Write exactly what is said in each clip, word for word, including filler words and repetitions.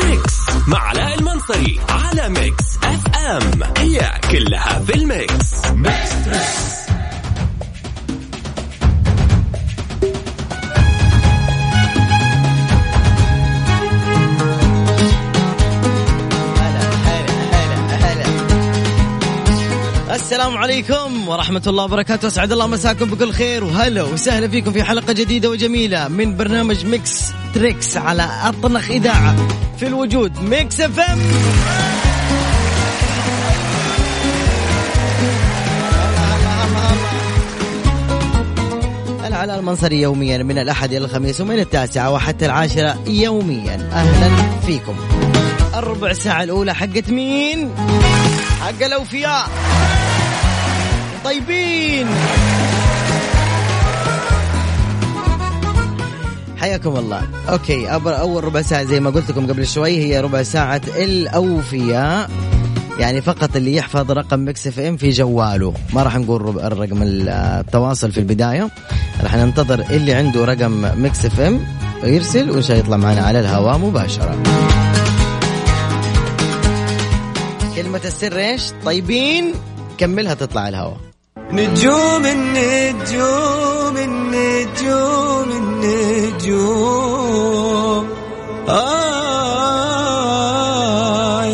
تريكس مع علاء المنصري على ميكس اف ام. هي كلها في الميكس. ميكس تريكس. السلام عليكم ورحمة الله وبركاته. أسعد الله مساكم بكل خير وهلا وسهلا فيكم في حلقة جديدة وجميلة من برنامج ميكس تريكس على أطنخ إذاعة في الوجود، ميكس اف ام. أنا علاء المنصري يوميا من الأحد إلى الخميس ومن التاسعة وحتى العاشرة يوميا. أهلا فيكم. الربع ساعة الأولى حقت مين؟ حق الأوفياء طيبين. حياكم الله. أوكي، أول ربع ساعة زي ما قلت لكم قبل شوي هي ربع ساعة الأوفياء، يعني فقط اللي يحفظ رقم ميكس اف ام في جواله. ما راح نقول الرقم التواصل في البداية، راح ننتظر اللي عنده رقم ميكس اف ام يرسل وإن شاء يطلع معنا على الهواء مباشرة. كلمة السر إيش؟ طيبين. كملها تطلع الهواء. نجوم النجوم النجوم النجوم آه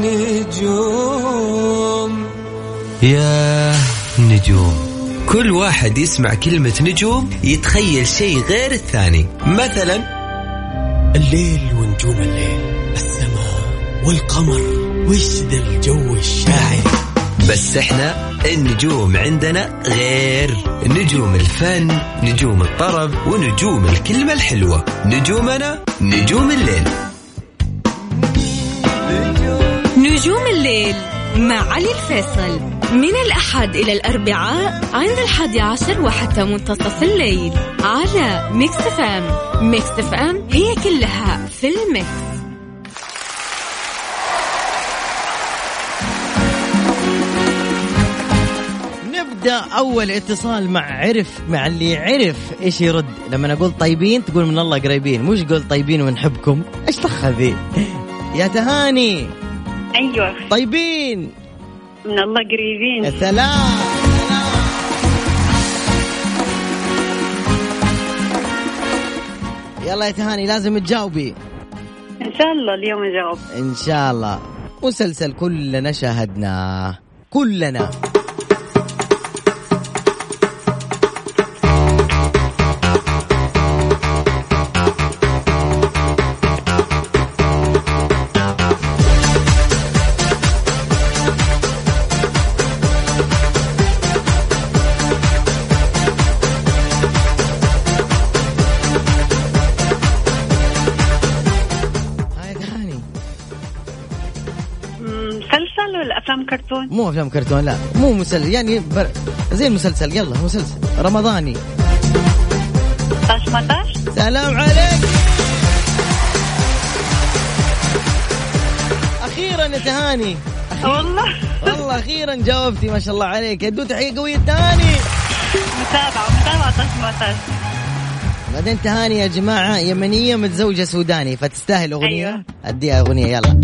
النجوم يا نجوم. كل واحد يسمع كلمة نجوم يتخيل شيء غير الثاني. مثلا الليل ونجوم الليل، السماء والقمر، وش ذا الجو الشاعر. بس احنا النجوم عندنا غير. نجوم الفن، نجوم الطرب، ونجوم الكلمة الحلوة. نجومنا نجوم الليل. نجوم الليل مع علي الفيصل من الأحد إلى الأربعاء عند الحادي عشر وحتى منتصف الليل على ميكس اف ام. ميكس اف ام هي كلها في الميكس. أول اتصال مع عرف مع اللي عرف إيش يرد. لما نقول طيبين تقول من الله قريبين، مش قول طيبين ونحبكم. إيش تخذي يا تهاني؟ أيوة طيبين من الله قريبين. يا سلام. يلا يا تهاني لازم تجاوبي إن شاء الله. اليوم أجاوب إن شاء الله. مسلسل كلنا شاهدناه كلنا. أفلام كرتون؟ مو أفلام كرتون، لا مو مسلسل، يعني بر... زي المسلسل. يلا مسلسل رمضاني. طاش مطاش. سلام عليك. أخيرا يا تهاني. والله والله أخيرا جاوبتي، ما شاء الله عليك. يدو تحية قوية تهاني. متابعة متابعة طاش مطاش. بعدين تهاني يا جماعة يمنية متزوجة سوداني فتستاهل أغنية. أيوة. أديها أغنية يلا.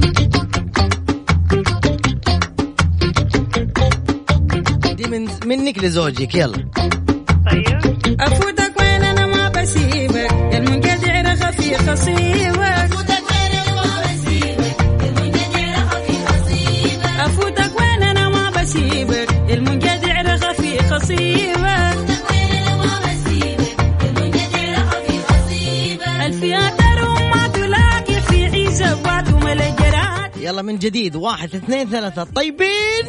من منك لزوجك يلا. طيب. أفوتك وين أنا ما بسيبك، المنقدع رخفي خصيبك. أفوتك وين أنا ما بسيبك، المنقدع رخفي خصيبك. أفوتك وين أنا ما بسيبك، المنقدع رخفي خصيبك. أفوتك وين أنا ما بسيبك، المنقدع رخفي خصيبك. الفئات ما تلاقي في عيسى وبعد وملجرات. يلا من جديد، واحد اثنين ثلاثة. طيبين.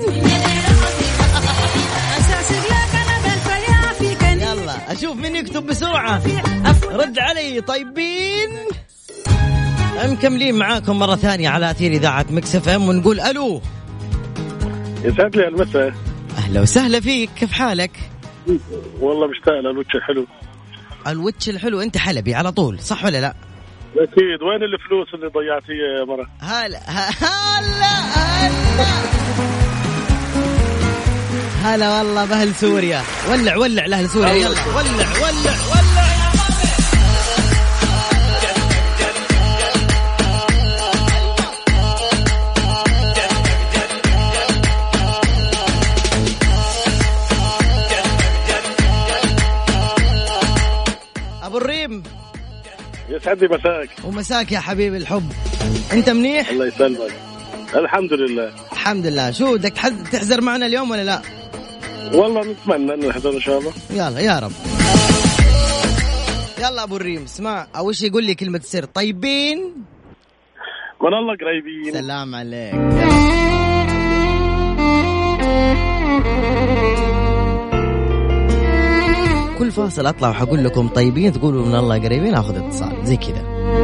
يلا أشوف من يكتب بسرعة. رد علي. طيبين. مكملين معاكم مرة ثانية على أثير إذاعة ميكس اف ام ونقول ألو. يسعد لي المساء. أهلا وسهلا فيك، كيف حالك؟ والله مشتاق للوتش الحلو. الوتش الحلو. أنت حلبي على طول صح ولا لا؟ أكيد. وين الفلوس اللي ضيعتيها يا مرة؟ هلا هلا هلا هلا والله بأهل سوريا. ولع ولع لأهل سوريا. يلا ولع ولع ولع. يسعد لي مساك. ومساك يا حبيبي الحب. انت منيح؟ الله يسلمك. الحمد لله. الحمد لله. شو بدك تحزر معنا اليوم ولا لا؟ والله نتمنى ان نحضر ان شاء الله. يلا يا رب. يلا ابو الريم اسمع، اول شيء يقول لي كلمه سر. طيبين من الله قريبين. سلام عليك. كل فاصل اطلع وحقول لكم طيبين تقولوا من الله قريبين، اخذ اتصال زي كذا.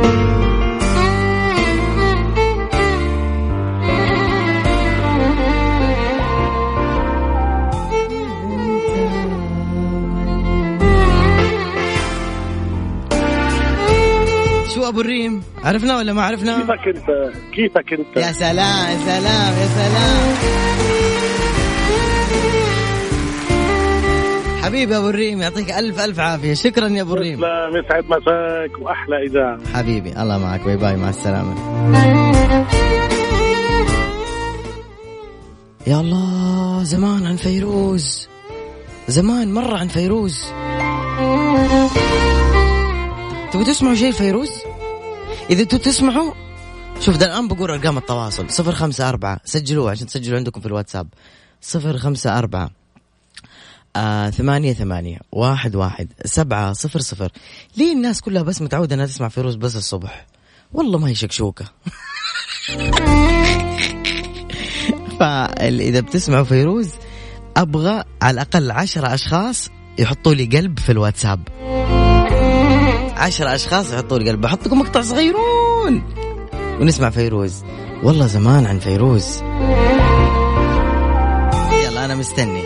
شو ابو الريم، عرفنا ولا ما عرفنا؟ كيفك انت؟ كيفك انت؟ يا سلام يا سلام يا سلام حبيبي ابو الريم، يعطيك الف الف عافيه. شكرا يا ابو الريم. تسلم، يسعد مساك واحلى اذاعه حبيبي. الله معك. باي باي، مع السلامه. يا الله زمان عن فيروز، زمان مره عن فيروز. تبغوا تسمعوا شيء فيروز؟ إذا تبغوا تسمعوا شوف ده الآن بقول أرقام التواصل صفر خمسة أربعة، سجلوها عشان تسجلوا عندكم في الواتساب. صفر خمسة أربعة آه ثمانية ثمانية واحد واحد سبعة صفر صفر. ليه الناس كلها بس متعودة أنها تسمع فيروز بس الصبح؟ والله ما هي شكشوكة. فإذا بتسمعوا فيروز أبغى على الأقل عشرة أشخاص يحطوا لي قلب في الواتساب. عشرة أشخاص يحطوا لي قلب، بحط لكم مقطع صغيرون ونسمع فيروز. والله زمان عن فيروز. يلا أنا مستني.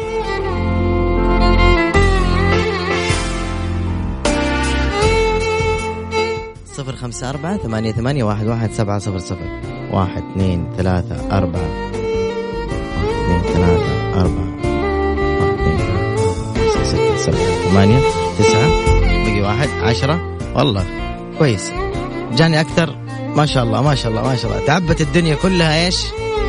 صفر خمسة أربعة ثمانية ثمانية واحد واحد سبعة صفر صفر. واحد اثنين ثلاثة أربعة واحد اثنين ثلاثة أربعة واحد اثنين ثلاثة ستة سبعة ثمانية تسعة بقي واحد عشرة. والله كويس، جاني أكثر. ما شاء الله ما شاء الله ما شاء الله. تعبت الدنيا كلها إيش؟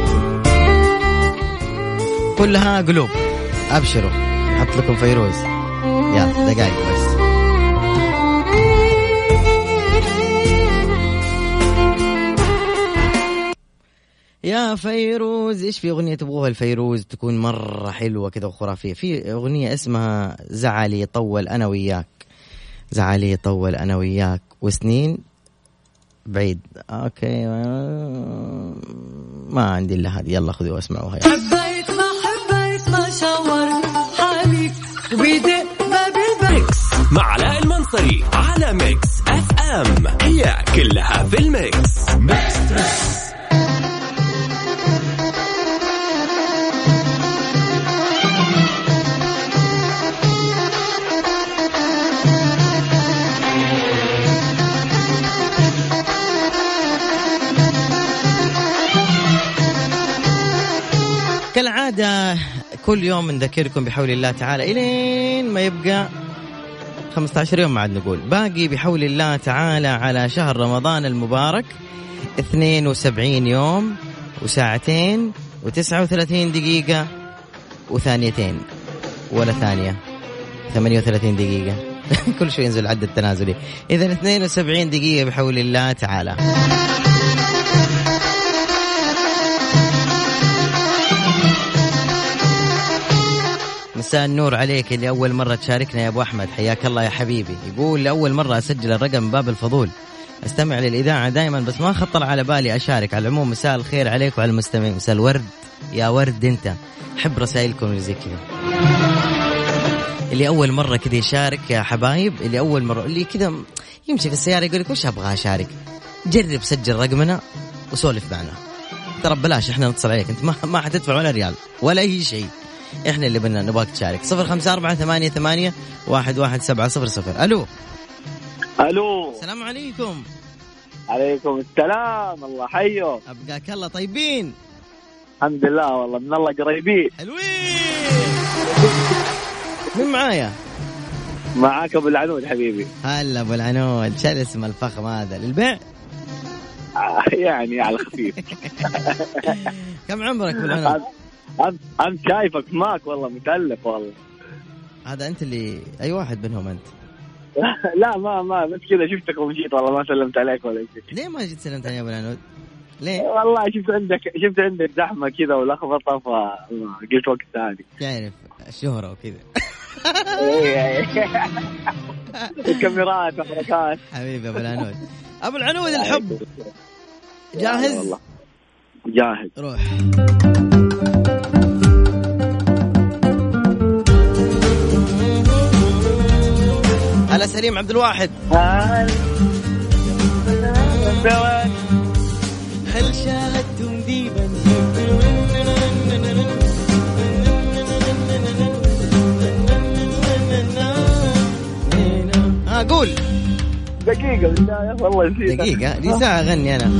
كلها قلوب. أبشروا، حط لكم فيروز. يلا دقائق بس. يا فيروز إيش في أغنية تبغوها الفيروز تكون مرة حلوة كذا وخرافية؟ في أغنية اسمها زعلي طول أنا وياك. زعلي طول أنا وياك وسنين بعيد. أوكي ما عندي إلا هذه. يلا خذوا واسمعوها. حبيت ما حبيت ما شاور حالك وبيدق ما بالبركس مع علاء المنصري على ميكس اف ام. هي كلها في الميكس. ميكس كالعادة كل يوم نذكركم بحول الله تعالى إلين ما يبقى خمسة عشر يوم. ما عاد نقول باقي بحول الله تعالى على شهر رمضان المبارك اثنين وسبعين يوم وساعتين وتسعة وثلاثين دقيقة وثانيتين ولا ثانية ثمانية وثلاثين دقيقة. كل شيء ينزل عد التنازلي. إذن اثنين وسبعين دقيقة بحول الله تعالى. مساء النور عليك اللي أول مرة تشاركنا يا أبو أحمد، حياك الله يا حبيبي. يقول لأول مرة أسجل الرقم باب الفضول، أستمع للإذاعة دائما بس ما خطر على بالي أشارك. على العموم مساء الخير عليك وعلى المستمعين. مساء الورد يا ورد. أنت حب رسائلكم اللي زي كذا، اللي أول مرة كذا يشارك يا حبايب، اللي أول مرة اللي كذا يمشي في السيارة يقول لك وش أبغى أشارك، جرب سجل رقمنا وسولف معنا. ترى بلاش إحنا نتصل عليك، أنت ما ما حتدفع ولا ريال ولا أي شيء، إحنا اللي بدنا نبغاك تشارك. صفر خمسة أربعة ثمانية ثمانية واحد واحد سبعة صفر صفر. ألو ألو السلام عليكم. عليكم السلام، الله حيو. أبقاك الله. طيبين الحمد لله والله من الله قريبين. حلوين. من معايا؟ معاك أبو العنود حبيبي. هلا أبو العنود، شو الاسم الفخم هذا للبيع؟ يعني على خفيف. كم عمرك أبو العنود؟ أنت شايفك معك والله متألف والله. هذا أنت اللي أي واحد منهم أنت؟ لا ما ما بس كذا شفتك ومشيت والله ما سلمت عليك ولا شيء. ليه ما جيت سلمت علي يا ابو العنود؟ ليه؟ والله شفت عندك شفت عندك زحمه كذا ولخبطه فقلت وقت ثاني. تعرف الشهره وكذا. الكاميرات وحركات. حبيبي ابو العنود. ابو العنود الحب جاهز؟ والله جاهز. روح. هلا سليم عبد الواحد. هل شاهدتم ديبا؟ أقول دقيقة بالله والله نسيت. دقيقة دي ساعة أغني أنا.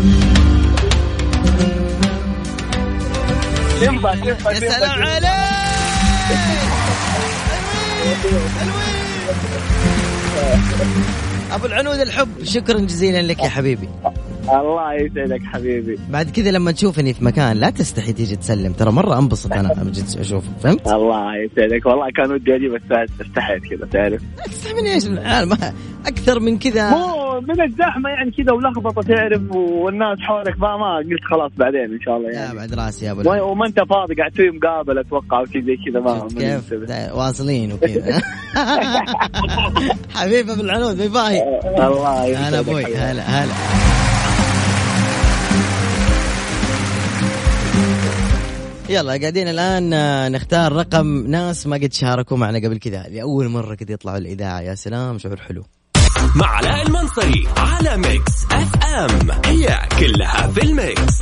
ينبع ينبع. يا سلام عليك. أبو العنود الحب شكرا جزيلا لك يا حبيبي. الله يسعدك حبيبي. بعد كذا لما تشوفني في مكان لا تستحي تيجي تسلم، ترى مرة أنبسط أنا لما جيت أشوفك، فهمت؟ الله يسعدك والله كان ودي أجي بس استحيت كذا تعرف. استحي من إيش؟ ما أكثر من كذا. مو من الزحمة يعني كذا ولخبطة تعرف والناس حولك ما ما قلت خلاص بعدين إن شاء الله يعني. لا بعد راسي يا أبو العنود. وما أنت فاضي قاعد تسوي مقابلة أتوقع وشي زي كذا ما. كيف واصلين وكذا. حبيبي أبو العنود باي باي. الله يسعدك. هلا أبوي هلا هلا. يلا قاعدين الآن نختار رقم ناس ما قد شاركوا معنا قبل كذا لأول مرة كذا يطلعوا الإذاعة. يا سلام شعور حلو. مع علاء المنصري على ميكس اف ام، هي كلها في الميكس.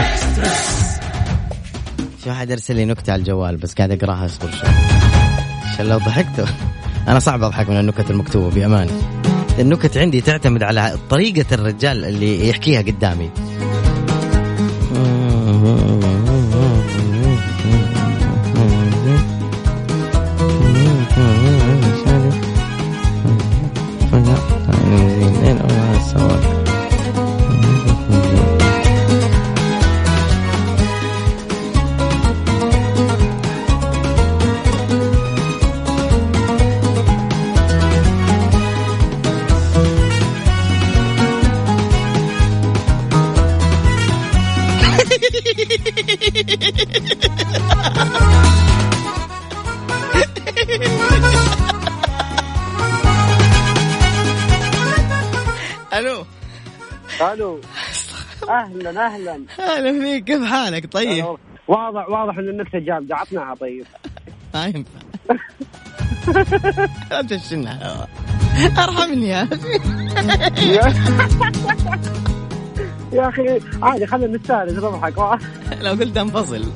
في واحد أرسل لي نكتة على الجوال بس قاعد أقراها أصبر شوي عشان لو ضحكت. أنا صعب أضحك من النكت المكتوبة بأمان. النكت عندي تعتمد على طريقة الرجال اللي يحكيها قدامي. الو الو اهلا اهلا اهلا فيك، كيف حالك؟ طيب واضح واضح ان النكته جامده، عطناها. طيب ما ينفع. لا تشنها ارحمني يا اخي. يا اخي عادي خلينا نستانس نضحك. لو قلت انفصل.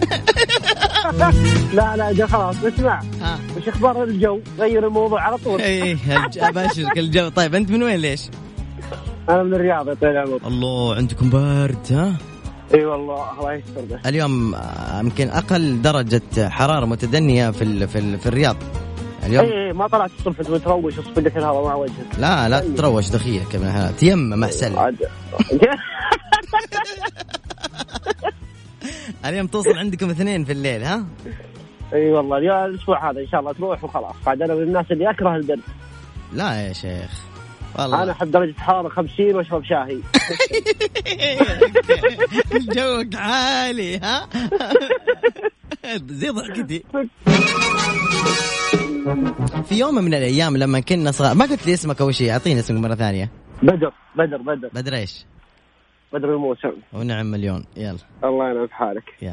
لا لا جا خلاص اسمع. وش اخبار الجو؟ غير الموضوع على طول. اي ابشرك الجو. طيب انت من وين ليش؟ انا من الرياض يا طويل العمر. الله عندكم بارد ها؟ اي والله الله يستر ده. اليوم يمكن اقل درجه حراره متدنيه في ال في, ال في الرياض اليوم. اي ما طلعت الصبح تروش وصفدك الهواء مع وجهك. لا لا تروش دخيلك كمان تيمم احسن. اليوم توصل عندكم اثنين في الليل ها؟ اي والله يا الاسبوع هذا ان شاء الله تروح وخلاص. بعد انا من الناس اللي اكره البرد. لا يا شيخ والله انا احب درجه حراره خمسين واشرب شاهي. جوك عالي ها. زي ضحكتي. في يوم من الايام لما كنا صغار، ما قلت لي اسمك اول شيء، اعطيني اسمك مره ثانيه. بدر بدر بدر بدر ايش؟ بدر الموسم. ونعم مليون. يلا الله ينعم حالك. يلا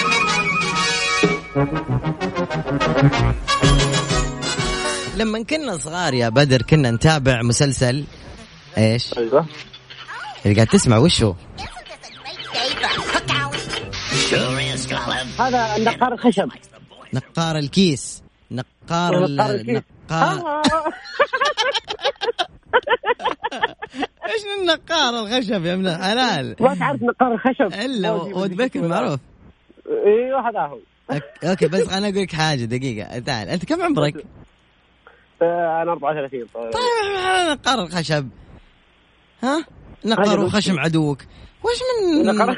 لما كنا صغار يا بدر كنا نتابع مسلسل ايش؟ ايوه اللي قاعد تسمع وشو؟ هذا نقار الخشب. نقار الكيس. نقار النقار. ايش النقار الخشب يا ابن الحلال؟ ما تعرف نقار الخشب الا ود بكر معروف. ايوه هذا هو. اوكي بس انا اقول لك حاجه دقيقه. تعال انت كم عمرك؟ انا أربعة وثلاثين. طيب نقار الخشب ها؟ نقار وخشم عدوك. وش من نقار؟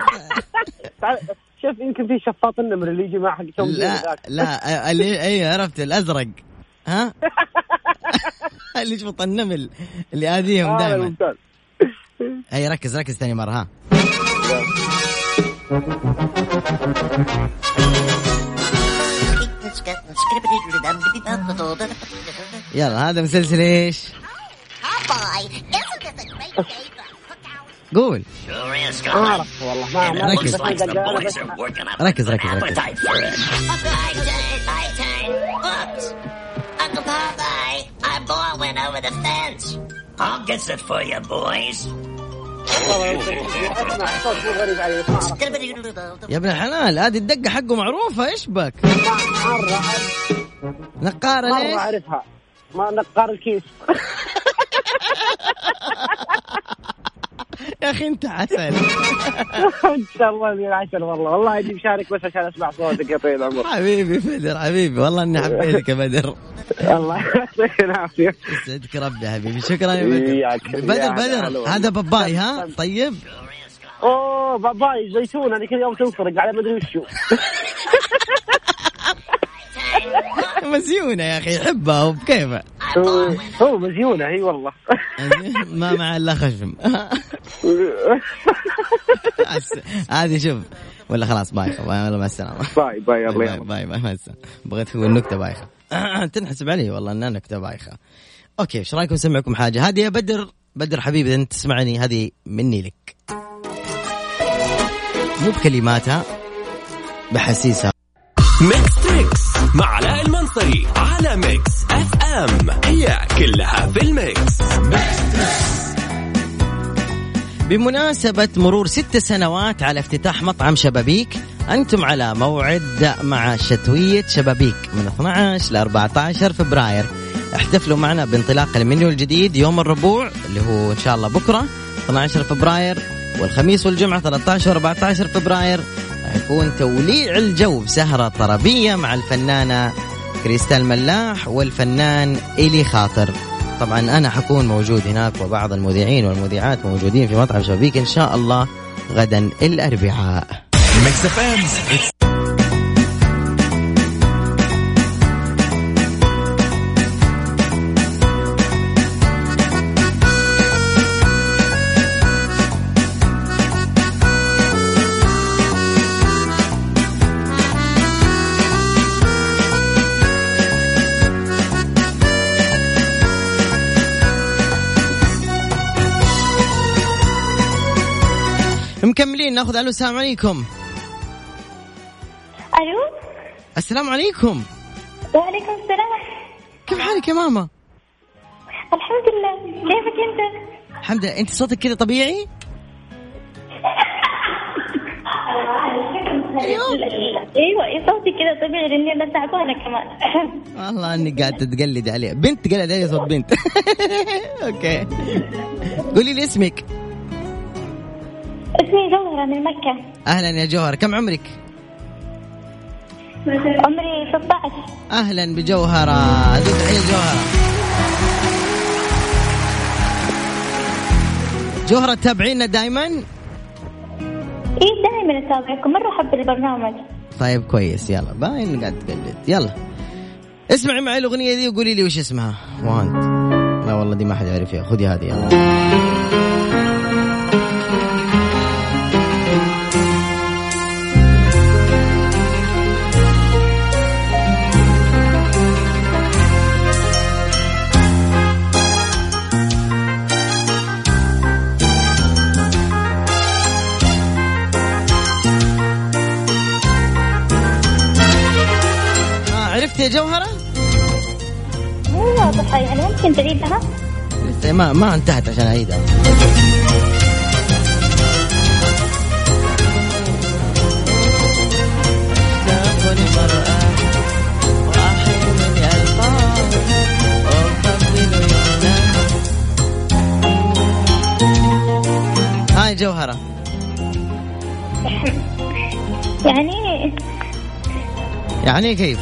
شوف يمكن في شفاط النمر اللي يجي مع حق توجيه. لا لا اللي ايوه عرفت الازرق ها. اللي يشفط النمل اللي آذيهم دائما. هي ركز ركز ثاني مرة ها. يلا هذا مسلسل ايش؟ قول. أعرف والله ما ما ركز ركز ركز ركز. I'll get it for you boys. يا ابن الحلال هذه الدقة حقه معروفة. ايش بك؟ نقارة ليش؟ مرة أعرفها. ما نقار الكيس. يا أخي أنت عسل. إن شاء الله إني عسل والله. والله أجي بشارك بس عشان أسمع صوتك يا طويل العمر. حبيبي بدر حبيبي والله إني حبيتك يا بدر. الله يعطيك العافية. يسعدك ربي حبيبي. شكرا يا بدر. بدر بدر هذا باباي ها طيب. أوه باباي زيتون أنا كل يوم تنفرق على مدري وشو. مزيونة يا أخي يحبها وبكيفه. هو مزيونة هي والله. ما مع إلا خشم. هذه شوف ولا خلاص بايخة ولا مع السلامة. باي باي يلا باي باي باي مع السلامة. بغيت تقول نكتة بايخة. تنحسب علي والله إنها نكتة بايخة. أوكي إيش رأيكم سمعكم حاجة هذه يا بدر؟ بدر حبيبي أنت تسمعني هذه مني لك مو بكلماتها بحسيسها. ميكس تريكس مع علاء المنصري على ميكس اف ام. هي كلها في الميكس. بمناسبة مرور ست سنوات على افتتاح مطعم شبابيك أنتم على موعد مع شتوية شبابيك من اثني عشر ل أربعة عشر فبراير. احتفلوا معنا بانطلاق المنيو الجديد يوم الربوع اللي هو إن شاء الله بكرة اثني عشر فبراير والخميس والجمعة ثلاثة عشر و أربعة عشر فبراير. يكون توليع الجو بسهرة طربية مع الفنانة كريستال ملاح والفنان إلي خاطر. طبعا أنا حكون موجود هناك وبعض المذيعين والمذيعات موجودين في مطعم شبابيك إن شاء الله غدا الأربعاء. مكملين ناخذ. الو السلام عليكم. الو السلام عليكم. وعليكم السلام. كيف حالك يا ماما؟ الحمد لله. كيفك انت؟ الحمد لله. انت صوتك كذا طبيعي؟ ايوه صوتي كذا طبيعي لاني انا تعبانه كمان. والله اني قاعده تقلد عليه. بنت تقلد عليه صوت بنت. اوكي قولي لي اسمك. اسمي جوهرة من مكة. أهلا يا جوهر. كم عمرك؟ عمري ستة عشر. أهلا بجوهرة. زود تحية جوهرة. جوهرة تابعينا دايما؟ إيه دايما أتابعكم مرة أحب البرنامج. طيب كويس. يلا باين قاعد تقلد. يلا اسمعي معي الأغنية دي وقولي لي وش اسمها. وانت لا والله دي ما حد يعرفها. خذي هذه يلا. يا جوهرة مو واضحة يعني ممكن تعيدها؟ لسه ما ما انتهت عشان أعيدها. هاي جوهرة يعني يعني كيف؟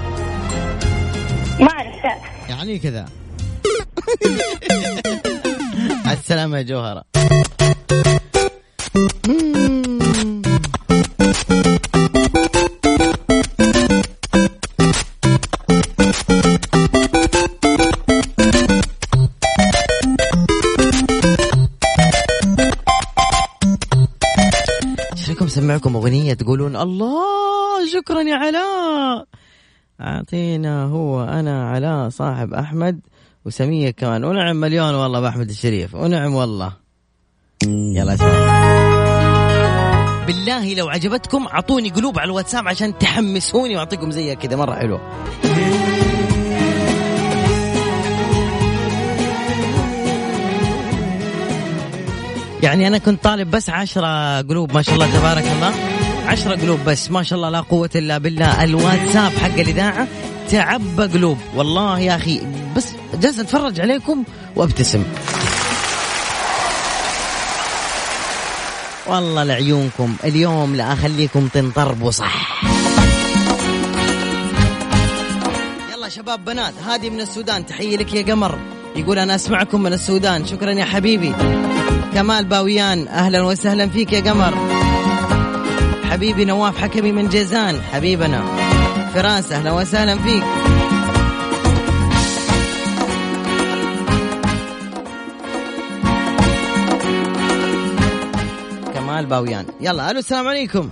ما أعرف يعني كذا. السلام يا جوهرة. أسمعكم أغنية تقولون الله شكرا يا علاء. أعطينا هو أنا علاء صاحب أحمد وسمية كمان، ونعم مليون والله بأحمد الشريف، ونعم والله. يلا اسمع. بالله لو عجبتكم أعطوني قلوب على الواتساب عشان تحمسوني وأعطيكم زيها كده مرة حلوة. يعني أنا كنت طالب بس عشرة قلوب ما شاء الله تبارك الله، عشرة قلوب بس ما شاء الله لا قوة إلا بالله. الواتساب حق الإذاعة تعبى قلوب والله يا أخي، بس جالس أتفرج عليكم وأبتسم والله لعيونكم. اليوم لا أخليكم تنطربوا صح. يلا شباب بنات، هادي من السودان تحيي لك يا قمر، يقول أنا أسمعكم من السودان. شكرا يا حبيبي. كمال باويان أهلا وسهلا فيك يا قمر. حبيبي نواف حكمي من جيزان حبيبنا. فراس أهلا وسهلا فيك. كمال باويان. يلا ألو السلام عليكم.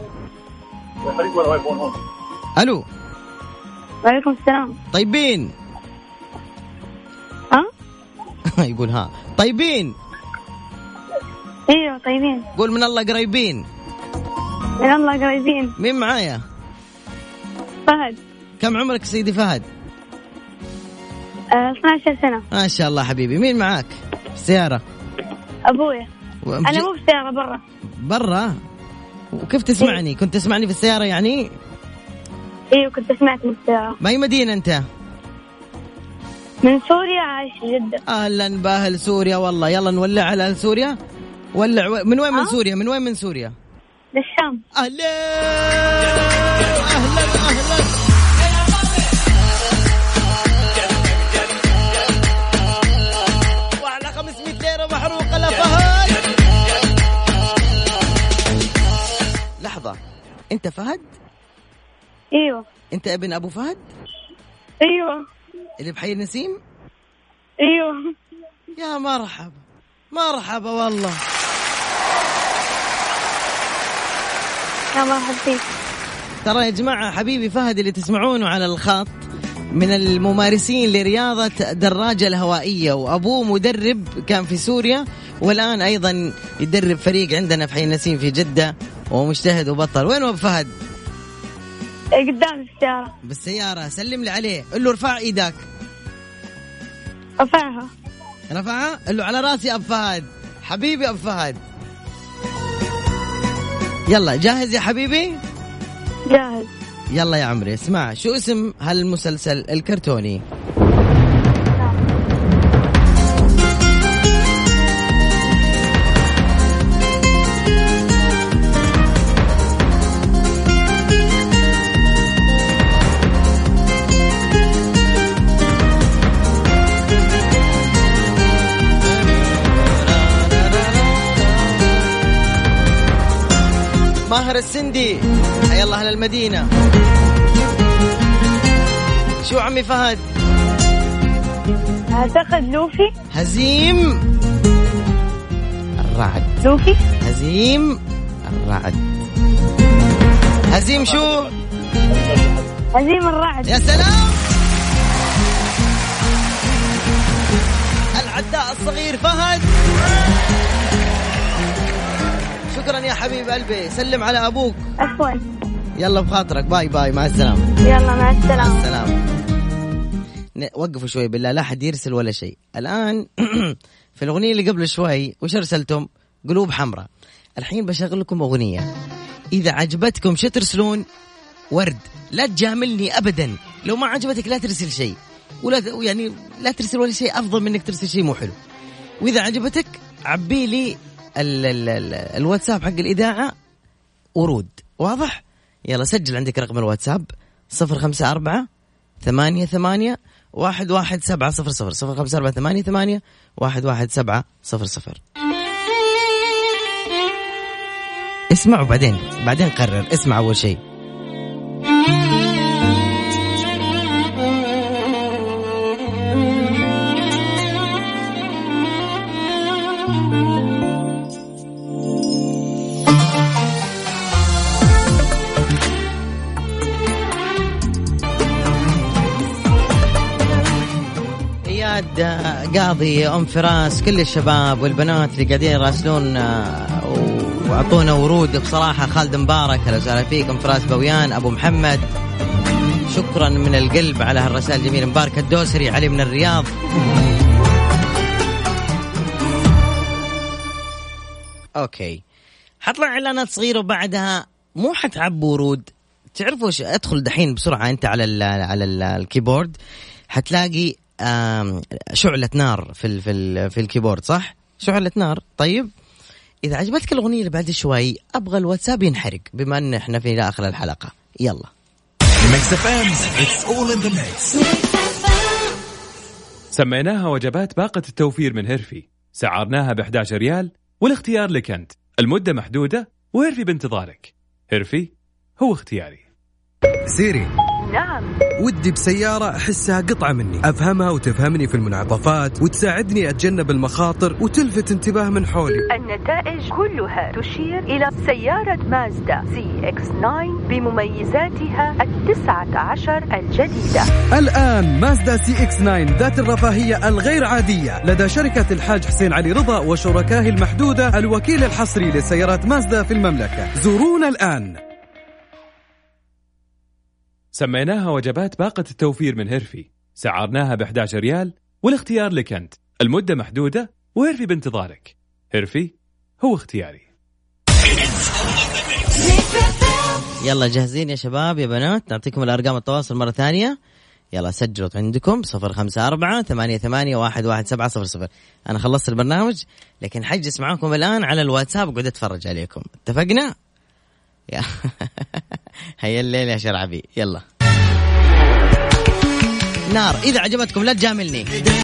ألو. وعليكم السلام. طيبين؟ ها؟ يقول ها طيبين. ايوه طيبين. قول من الله قريبين. من الله قريبين. مين معايا؟ فهد. كم عمرك سيدي فهد؟ اثنتي عشرة سنة. ما شاء الله حبيبي. مين معاك في السيارة؟ أبويا. ومج... أنا مو في السيارة برا. برا؟ وكيف تسمعني؟ إيه؟ كنت تسمعني في السيارة يعني؟ ايوه كنت اسمعك من السيارة. ما هي مدينة أنت؟ من سوريا عايش في جدة. أهلا بأهل سوريا والله. يلا نولع على أهل سوريا. ولع. من وين من أه؟ سوريا؟ من وين من سوريا؟ للشام. أهلا أهلا أهلا. وعلى خمسمية ليرة محروقة لفهد. لحظة، أنت فهد؟ ايوه. أنت ابن أبو فهد؟ ايوه. اللي بحي النسيم؟ ايوه. يا مرحبا مرحبا والله. يا مرحبا فيك. ترى يا جماعة حبيبي فهد اللي تسمعونه على الخط من الممارسين لرياضة دراجة الهوائية، وأبوه مدرب كان في سوريا، والآن أيضا يدرب فريق عندنا في حي النسيم في جدة، ومجتهد وبطل. وين أبو فهد؟ قدام السيارة. بالسيارة. سلم لي عليه، قل له ارفع ايدك. رفعها. رفعها؟ قل له على راسي أبو فهد حبيبي. أبو فهد يلا جاهز يا حبيبي؟ جاهز. يلا يا عمري اسمع، شو اسم هالمسلسل الكرتوني؟ ماهر السندي حيا الله أهل المدينة. شو عمي فهد؟ أعتقد لوفي. هزيم الرعد. لوفي. هزيم الرعد. هزيم شو؟ هزيم الرعد. يا سلام. العداء الصغير فهد. شكرا يا حبيب قلبي. سلم على أبوك. عفوا. يلا بخاطرك. باي باي مع السلامة. يلا مع السلامة. مع السلامة. وقفوا شوي بالله لا حد يرسل ولا شيء الآن. في الأغنية اللي قبل شوي وش رسلتم؟ قلوب حمراء. الحين بشغل لكم أغنية، إذا عجبتكم شو ترسلون؟ ورد. لا تجاملني أبدا، لو ما عجبتك لا ترسل شيء، ولا يعني لا ترسل ولا شيء، أفضل من إنك ترسل شيء مو حلو. وإذا عجبتك عبي لي ال ال ال الواتساب حق الإذاعة ورود. واضح؟ يلا سجل عندك رقم الواتساب صفر خمسة أربعة ثمانية ثمانية واحد واحد سبعة صفر صفر صفر خمسة أربعة ثمانية ثمانية واحد واحد سبعة صفر صفر. اسمعوا بعدين بعدين قرر. اسمع أول شيء. قاضي، أم فراس، كل الشباب والبنات اللي قاعدين يراسلون وعطونا ورود بصراحة. خالد مبارك هلا وسهلا فيك. أم فراس بويان، أبو محمد، شكرا من القلب على هالرسائل الجميلة. مبارك الدوسري، علي من الرياض. أوكي، حطلع إعلانات صغيرة وبعدها مو حتعب ورود. تعرفوا ش... ادخل دحين بسرعة أنت على ال على ال الكيبورد، حتلاقي شعلة نار في ال في ال في الكيبورد، صح؟ شعلة نار. طيب إذا عجبتك الأغنية اللي بعد شوي أبغى الواتساب ينحرق بما أن إحنا في آخر الحلقة. يلا سميناها وجبات باقة التوفير من هيرفي، سعرناها بإحدى عشر ريال والاختيار لك أنت، المدة محدودة وهيرفي بانتظارك. هيرفي هو اختياري. سيري. نعم. ودي بسيارة أحسها قطعة مني، أفهمها وتفهمني في المنعطفات وتساعدني أتجنب المخاطر وتلفت انتباه من حولي. النتائج كلها تشير إلى سيارة مازدا سي إكس تسعة بمميزاتها التسعة عشر الجديدة. الآن مازدا سي إكس تسعة ذات الرفاهية الغير عادية لدى شركة الحاج حسين علي رضا وشركائه المحدودة، الوكيل الحصري لسيارات مازدا في المملكة. زورونا الآن. سميناها وجبات باقة التوفير من هيرفي، سعرناها بإحدى عشر ريال والاختيار لك أنت، المدة محدودة وهيرفي بانتظارك. هيرفي هو اختياري. يلا جاهزين يا شباب يا بنات؟ نعطيكم الأرقام التواصل مرة ثانية. يلا سجلوا عندكم صفر خمسة أربعة ثمانية ثمانية واحد واحد سبعة صفر صفر. أنا خلصت البرنامج لكن حجز معاكم الآن على الواتساب وقعد أتفرج عليكم. اتفقنا؟ هيا الليل يا شرعبي. يلا نار. إذا عجبتكم لا تجاملني.